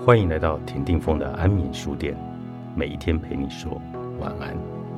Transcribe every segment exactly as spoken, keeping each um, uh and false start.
欢迎来到田定峰的安眠书店，每一天陪你说晚安。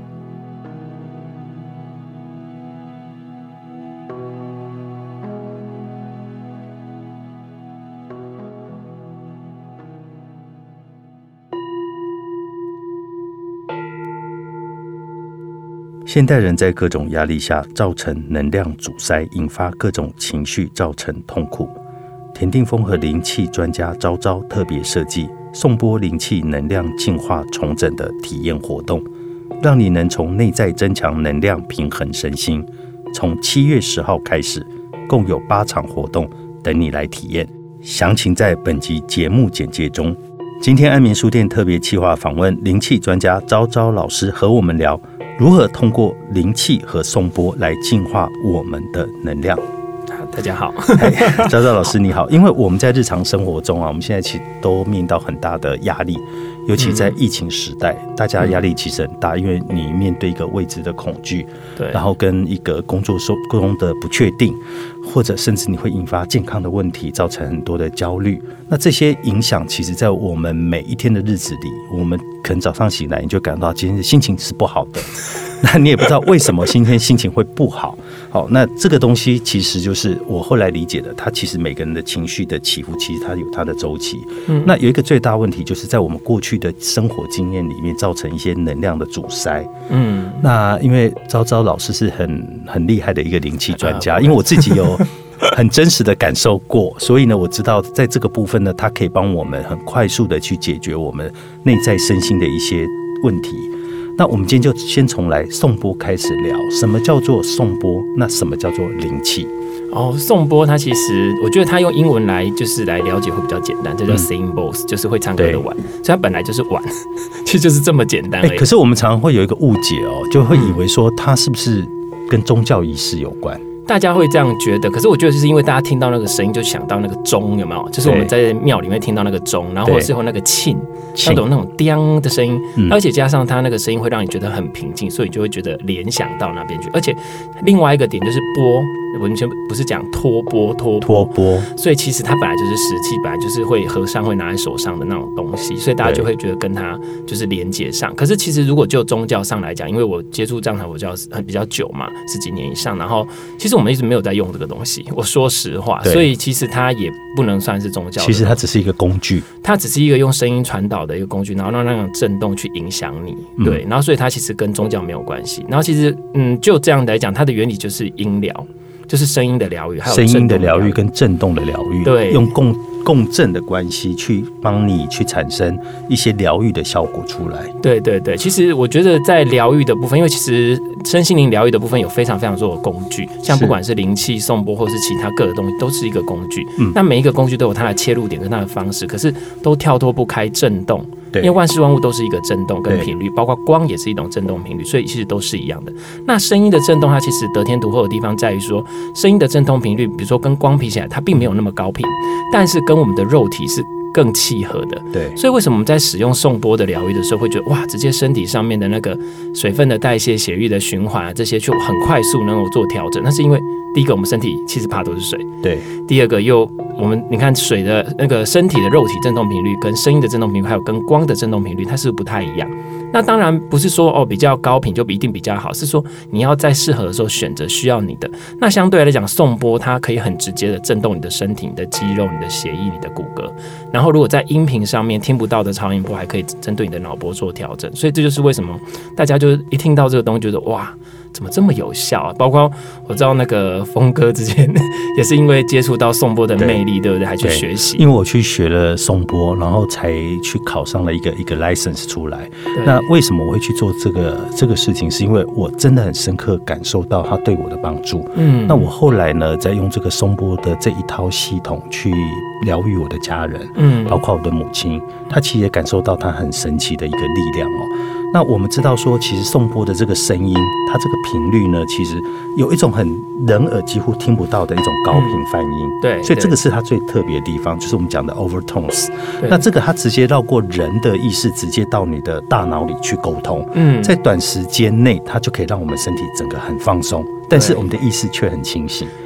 现代人在各种压力下造成能量阻塞，引发各种情绪，造成痛苦。田定峰和灵气专家昭昭特别设计颂钵灵气能量净化重整的体验活动，让你能从内在增强能量，平衡身心。从七月十号开始，共有八场活动等你来体验，详情在本集节目简介中。今天安眠书店特别企划访问灵气专家昭昭老师，和我们聊如何通过灵气和颂钵来净化我们的能量。 大家好， 昭昭老师你好。因为我们在日常生活中啊，我们现在其实都面临到很大的压力，尤其在疫情时代，嗯、大家压力其实很大，因为你面对一个未知的恐惧，对，然后跟一个工作中的不确定，或者甚至你会引发健康的问题，造成很多的焦虑。那这些影响，其实在我们每一天的日子里，我们可能早上醒来，你就感到今天的心情是不好的。那你也不知道为什么今天心情会不好。好，那这个东西其实就是我后来理解的，它其实每个人的情绪的起伏，其实它有它的周期。嗯，那有一个最大问题，就是在我们过去的生活经验里面，造成一些能量的阻塞。嗯，那因为昭昭老师是很很厉害的一个灵气专家，因为我自己有很真实的感受过，所以呢，我知道在这个部分呢，它可以帮我们很快速的去解决我们内在身心的一些问题。那我们今天就先从来颂钵开始聊，什么叫做颂钵？那什么叫做灵气？ 哦，颂钵它其实我觉得它用英文来就是来了解会比较简单，这叫 singing bowls，、嗯、就是会唱歌的碗，所以它本来就是碗，其实就是这么简单而已、欸。可是我们常常会有一个误解哦，就会以为说它是不是跟宗教仪式有关？ 大家会这样觉得，可是我觉得就是因为大家听到那个声音就想到那个钟，有没有？就是我们在庙里面听到那个钟，然后或者是有那个磬，它有那种叮的声音、嗯，而且加上它那个声音会让你觉得很平静，所以你就会觉得联想到那边去。而且另外一个点就是钵，我们不是讲托钵托托钵，所以其实它本来就是石器，本来就是会和尚会拿在手上的那种东西，所以大家就会觉得跟它就是连接上。可是其实如果就宗教上来讲，因为我接触藏传佛教比较久嘛，十几年以上，然后其实我们一直没有在用这个东西，我说实话，所以其实它也不能算是宗教的， 其实它只是一个工具， 它只是一个用声音传导的一个工具，然后让那种震动去影响你，对、嗯，然后所以它其实跟宗教没有关系。然后其实嗯，就这样来讲，它的原理就是音疗，就是声音的疗愈，还有声音的疗愈跟震动的疗愈，对，用共共振的关系去帮你去产生一些疗愈的效果出来。 对对对，其实我觉得在疗愈的部分，因为其实身心灵疗愈的部分有非常非常多的工具，像不管是灵气、颂钵或是其他各的东西，都是一个工具。嗯，那每一个工具都有它的切入点跟它的方式，可是都跳脱不开震动。因为万事万物都是一个震动跟频率，包括光也是一种震动频率，所以其实都是一样的。那声音的震动，它其实得天独厚的地方在于说，声音的震动频率，比如说跟光比起来，它并没有那么高频，但是跟我们的肉体是更契合的。对，所以为什么我们在使用颂钵的疗愈的时候，会觉得哇，直接身体上面的那个水分的代谢、血液的循环啊，这些就很快速能够做调整？那是因为第一个，我们身体七十趴都是水。对。第二个，又我们你看水的那个身体的肉体振动频率，跟声音的振动频率，还有跟光的振动频率，它是不太一样。那当然不是说哦比较高频就一定比较好，是说你要在适合的时候选择需要你的。那相对来讲，颂钵它可以很直接的震动你的身体、你的肌肉、你的血液、你的骨骼。然后如果在音频上面听不到的超音波，还可以针对你的脑波做调整。所以这就是为什么大家就是一听到这个东西，觉得哇，怎么这么有效啊？包括我知道那个峰哥之前也是因为接触到颂钵的魅力， 对, 对不对？还去学习。 因为我去学了颂钵，然后才去考上了一个一个 license 出来。那为什么我会去做这个这个事情？是因为我真的很深刻感受到它对我的帮助。嗯，那我后来呢，在用这个颂钵的这一套系统去疗愈我的家人，嗯，包括我的母亲，她其实也感受到她很神奇的一个力量哦。那我们知道说，其实颂钵的这个声音，它这个频率呢，其实有一种很人耳几乎听不到的一种高频泛音。嗯、对，所以这个是它最特别的地方，就是我们讲的 overtones。那这个它直接绕过人的意识，直接到你的大脑里去沟通。嗯，在短时间内，它就可以让我们身体整个很放松，但是我们的意识却很清醒。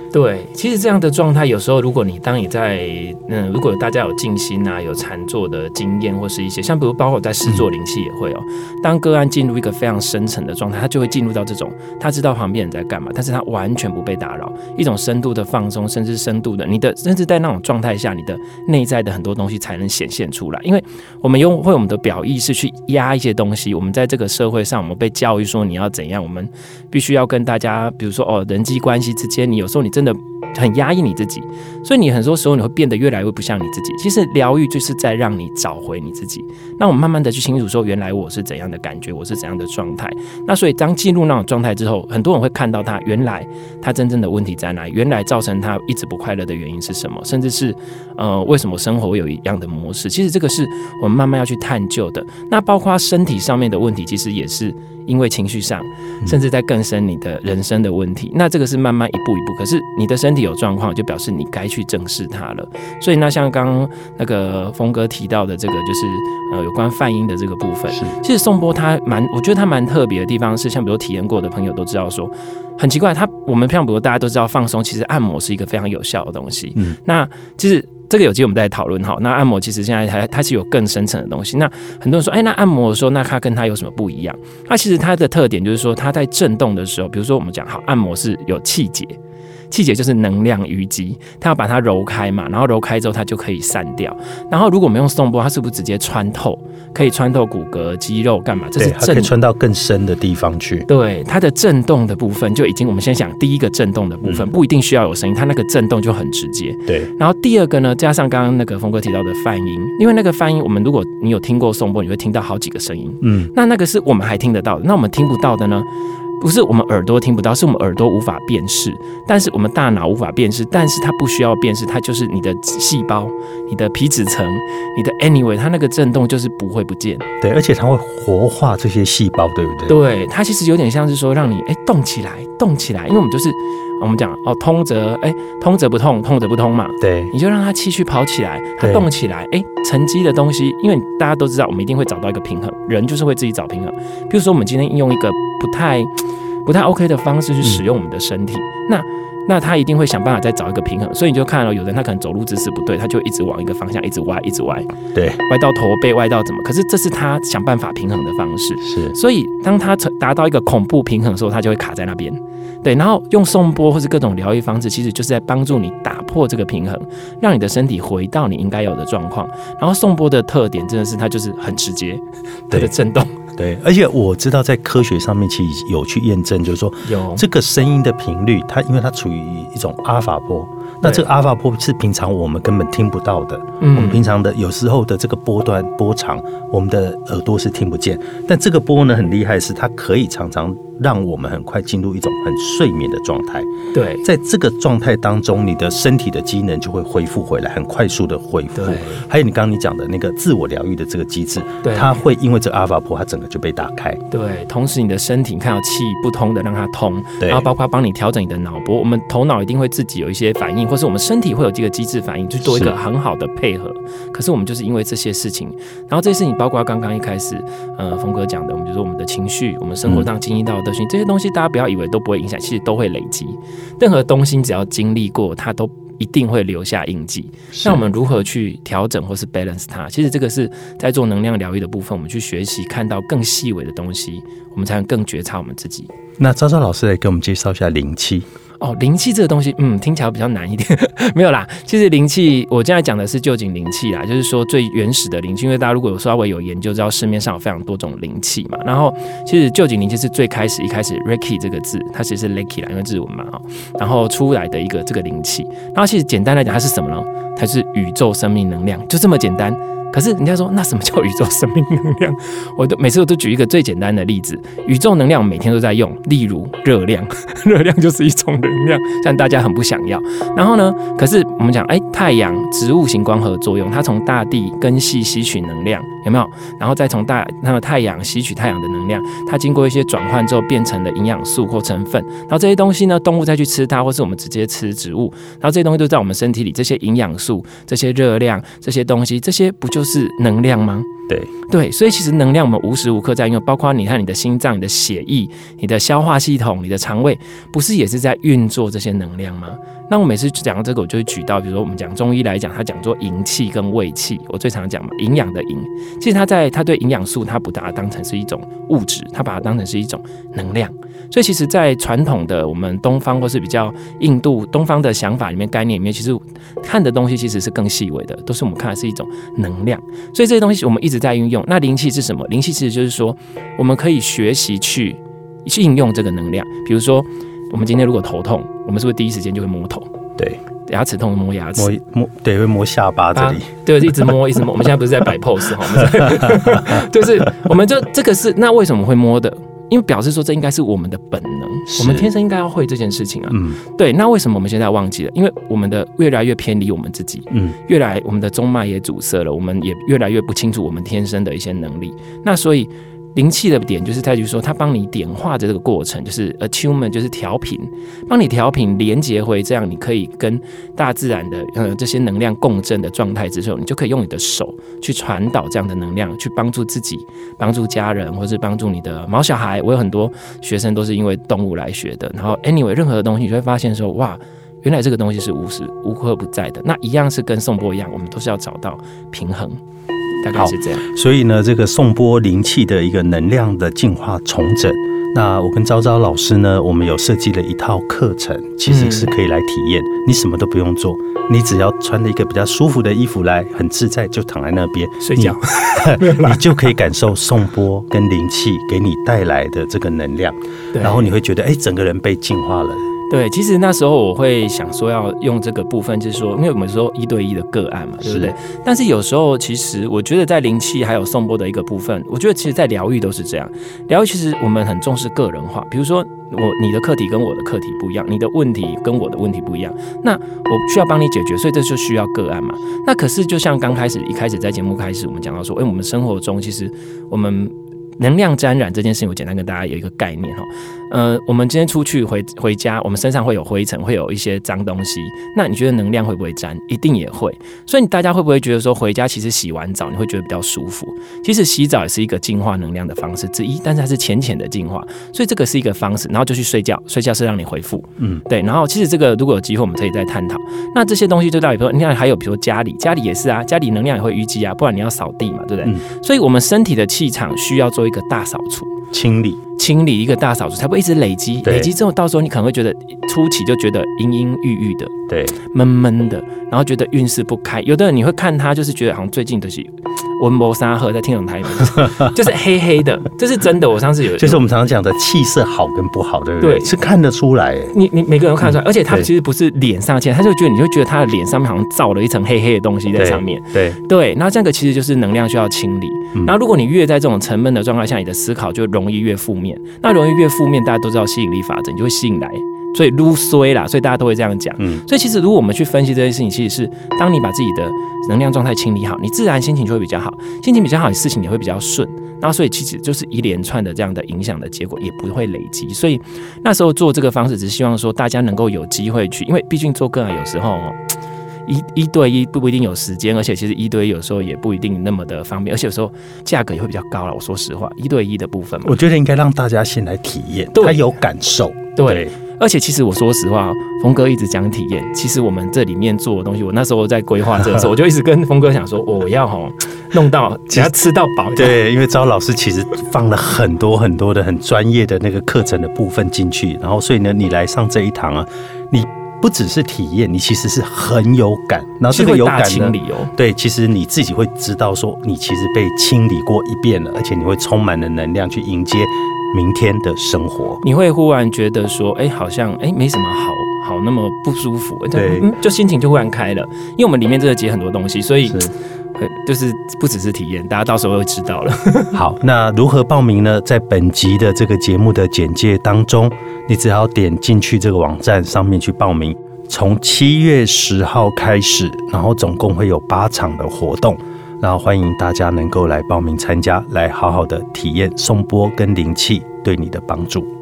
对，其实这样的状态，有时候如果你当你在嗯，如果大家有静心啊，有禅坐的经验，或是一些像比如包括在实作灵气也会哦。当个案进入一个非常深层的状态，他就会进入到这种，他知道旁边人在干嘛，但是他完全不被打扰，一种深度的放松，甚至深度的你的，甚至在那种状态下，你的内在的很多东西才能显现出来。因为我们用会我们的表意识去压一些东西，我们在这个社会上，我们被教育说你要怎样，我们必须要跟大家，比如说哦，人际关系之间，你有时候你真的很压抑你自己，所以你很多时候你会变得越来越不像你自己。其实疗愈就是在让你找回你自己，那我们慢慢的去清楚说，原来我是怎样的感觉，我是怎样的状态。那所以当进入那种状态之后，很多人会看到他原来他真正的问题在哪里，原来造成他一直不快乐的原因是什么，甚至是呃为什么生活会有一样的模式。其实这个是我们慢慢要去探究的。那包括身体上面的问题，其实也是因为情绪上，甚至在更深你的人生的问题。那这个是慢慢一步一步，可是你的身体有状况，就表示你该去正视它了。所以那像刚刚那个峰哥提到的这个，就是呃有关泛音的这个部分，其实颂钵它蛮，我觉得它蛮特别的地方是，像比如体验过的朋友都知道说，很奇怪，它我们像比如大家都知道放松，其实按摩是一个非常有效的东西。嗯，那其实这个有机会我们再讨论哈。那按摩其实现在它它是有更深层的东西。那很多人说，哎，那按摩的时候，那它跟它有什么不一样？那其实它的特点就是说，它在震动的时候，比如说我们讲好，按摩是有气结。气结就是能量淤积，它要把它揉开嘛，然后揉开之后它就可以散掉。然后如果我们用颂钵，它是不是直接穿透，可以穿透骨骼、肌肉干嘛？这是它可以穿到更深的地方去。 对，它的震动的部分就已经，我们先想第一个震动的部分，嗯、不一定需要有声音，它那个震动就很直接。 对。 然后第二个呢，加上刚刚那个峰哥提到的泛音，因为那个泛音，我们如果你有听过颂钵，你会听到好几个声音。嗯。那那个是我们还听得到的，那我们听不到的呢？不是我们耳朵听不到，是我们耳朵无法辨识，但是我们大脑无法辨识，但是它不需要辨识，它就是你的细胞、你的皮质层、你的 anyway， 它那个震动就是不会不见。 对，而且它会活化这些细胞，对不对？ 对，它其实有点像是说让你哎动起来，动起来，因为我们就是我们讲哦，通则哎通则不痛，痛则不通嘛。对，你就让它气去跑起来，它动起来，哎，沉积的东西，因为大家都知道，我们一定会找到一个平衡，人就是会自己找平衡。比如说，我们今天用一个不太。不太 OK 的方式去使用我们的身体，嗯、那那他一定会想办法再找一个平衡，所以你就看到有人他可能走路姿势不对，他就一直往一个方向一直歪，一直歪， 对， 歪到驼背，歪到怎么？可是这是他想办法平衡的方式， 是。 所以当他达到一个恐怖平衡的时候，他就会卡在那边，对。然后用颂钵或是各种疗愈方式，其实就是在帮助你打破这个平衡，让你的身体回到你应该有的状况。然后颂钵的特点真的是它就是很直接，它的震动。 对，而且我知道在科学上面其实有去验证，就是说有这个声音的频率，它因为它处于一种阿尔法波，那这个阿尔法波是平常我们根本听不到的，嗯、我们平常的有时候的这个波段波长，我们的耳朵是听不见，但这个波呢很厉害的是，它可以常常让我们很快进入一种很睡眠的状态。对，在这个状态当中，你的身体的机能就会恢复回来，很快速的恢复。还有你刚刚你讲的那个自我疗愈的这个机制，它会因为这个阿尔法波，它整个就被打开。 对，同时你的身体看到气不通的让它通，然后包括帮你调整你的脑波，我们头脑一定会自己有一些反应，或是我们身体会有这个机制反应，去做一个很好的配合。可是我们就是因为这些事情，然后这些事情包括刚刚一开始呃峰哥讲的，我们就说我们的情绪，我们生活上经历到的东西，嗯、这些东西大家不要以为都不会影响，其实都会累积。任何东西只要经历过，它都一定会留下印记。那我们如何去调整或是 balance 它？其实这个是在做能量疗愈的部分，我们去学习看到更细微的东西，我们才能更觉察我们自己。 那昭昭老师来给我们介绍一下灵气。 哦，灵气这个东西，嗯，听起来比较难一点。没有啦，其实灵气，我现在讲的是臼井灵气啦，就是说最原始的灵气。因为大家如果有稍微有研究，知道市面上有非常多种灵气嘛。然后，其实臼井灵气是最开始一开始 Reiki 这个字，它其实是 Reiki 啦，因为日文嘛，然后出来的一个这个灵气。然后，其实简单来讲，它是什么呢？它是宇宙生命能量，就这么简单。可是人家说，那什么叫宇宙生命能量？我都每次我都举一个最简单的例子，宇宙能量我每天都在用，例如热量，热量就是一种能量，但大家很不想要。然后呢，可是我们讲，哎，太阳植物型光合作用，它从大地根系吸取能量，有没有？然后再从大那个太阳吸取太阳的能量，它经过一些转换之后变成了营养素或成分，然后这些东西呢，动物再去吃它，或是我们直接吃植物，然后这些东西都在我们身体里，这些营养素、这些热量、这些东西，这些不就就是能量吗？ 对对，所以其实能量我们无时无刻在用，包括你看你的心脏、你的血液、你的消化系统、你的肠胃，不是也是在运作这些能量吗？那我每次讲到这个，我就会举到，比如说我们讲中医来讲，他讲做营气跟胃气，我最常讲嘛，营养的营，其实他在他对营养素，他不把它当成是一种物质，他把它当成是一种能量。所以其实，在传统的我们东方或是比较印度东方的想法里面、概念里面，其实看的东西其实是更细微的，都是我们看的是一种能量。所以这些东西我们一直在运用。那灵气是什么？灵气其实就是说，我们可以学习去去应用这个能量。比如说，我们今天如果头痛，我们是不是第一时间就会摸头？ 对， 牙齿痛摸牙齿， 摸摸对，会摸下巴这里，啊、 对，一直摸一直摸。我们现在不是在摆 pose 哈，就是我们就这个是那为什么会摸的？因为表示说这应该是我们的本能，我们天生应该要会这件事情啊。嗯，对。那为什么我们现在忘记了？因为我们的越来越偏离我们自己，嗯，越来我们的中脉也阻塞了，我们也越来越不清楚我们天生的一些能力。那所以灵气的点就是在于说，它帮你点化的这个过程，就是 attunement， 就是调频，帮你调频连接回，这样你可以跟大自然的呃这些能量共振的状态之后，你就可以用你的手去传导这样的能量，去帮助自己、帮助家人，或是帮助你的毛小孩。我有很多学生都是因为动物来学的，然后 anyway 任何的东西，你就会发现说，哇，原来这个东西是无时无刻不在的。那一样是跟颂钵一样，我们都是要找到平衡。大概是这样， 所以呢，这个颂钵灵气的一个能量的净化重整，那我跟昭昭老师呢，我们有设计了一套课程，其实是可以来体验。嗯、你什么都不用做，你只要穿了一个比较舒服的衣服来，很自在，就躺在那边睡觉， 你, 你就可以感受颂钵跟灵气给你带来的这个能量，然后你会觉得，哎、欸，整个人被净化了。 对，其实那时候我会想说要用这个部分，就是说，因为我们说一对一的个案嘛，对不对？但是有时候其实我觉得在灵气还有颂钵的一个部分，我觉得其实在疗愈都是这样。疗愈其实我们很重视个人化，比如说我你的课题跟我的课题不一样，你的问题跟我的问题不一样，那我需要帮你解决，所以这就需要个案嘛。那可是就像刚开始一开始在节目开始我们讲到说，哎，我们生活中其实我们能量沾染这件事情，我简单跟大家有一个概念哈。呃，我们今天出去回回家，我们身上会有灰尘，会有一些脏东西。那你觉得能量会不会沾？一定也会。所以大家会不会觉得说，回家其实洗完澡你会觉得比较舒服？其实洗澡也是一个净化能量的方式之一，但是它是浅浅的净化，所以这个是一个方式。然后就去睡觉，睡觉是让你恢复，嗯，对。然后其实这个如果有机会，我们可以再探讨。那这些东西就到底说，你看还有比如说家里，家里也是啊，家里能量也会淤积啊，不然你要扫地嘛，对不对？嗯、所以我们身体的气场需要做一个大扫除。 清理清理一个大扫除，才不会一直累积，累积之后，到时候你可能会觉得初期就觉得阴阴郁郁的，对，闷闷的，然后觉得运势不开。有的人你会看他，就是觉得好像最近就是文博沙赫在天龙台，就是黑黑的，这是真的。我上次有， 就是我们常常讲的气色好跟不好，对不对？对，是看得出来。 你你每个人都看得出来，嗯、而且他其实不是脸上去，他就觉得你会觉得他的脸上面好像罩了一层黑黑的东西在上面。对 对, 对，然后这个其实就是能量需要清理。嗯、然后如果你越在这种沉闷的状态下，你的思考就容易越负面。那容易越负面，大家都知道吸引力法则，你就会吸引来。所以撸衰啦，所以大家都会这样讲。嗯，所以其实如果我们去分析这件事情，其实是当你把自己的能量状态清理好，你自然心情就会比较好，心情比较好，你事情也会比较顺。然后所以其实就是一连串的这样的影响的结果，也不会累积。所以那时候做这个方式，只是希望说大家能够有机会去，因为毕竟做个案有时候一一对一不一定有时间，而且其实一对一有时候也不一定那么的方便，而且有时候价格也会比较高了。我说实话，一对一的部分嘛， 我觉得应该让大家先来体验，他有感受。 对。对，而且其实我说实话，峰哥一直讲体验，其实我们这里面做的东西，我那时候在规划这个时候，我就一直跟峰哥讲说，哦、我要吼弄到，只要吃到饱。 对，因为昭老师其实放了很多很多的很专业的那个课程的部分进去，然后所以呢，你来上这一堂啊，你不只是体验，你其实是很有感，然后这个有感呢，哦、对，其实你自己会知道说，你其实被清理过一遍了，而且你会充满了能量去迎接明天的生活。你会忽然觉得说，哎、欸，好像哎、欸、没什么好好那么不舒服，对，嗯，就心情就忽然开了，因为我们里面真的结很多东西，所以。就是不只是体验，大家到时候会知道了。 好，那如何报名呢？在本集的这个节目的简介当中，你只要点进去这个网站上面去报名。从七月十号开始，然后总共会有八场的活动，然后欢迎大家能够来报名参加，来好好的体验颂钵跟灵气对你的帮助。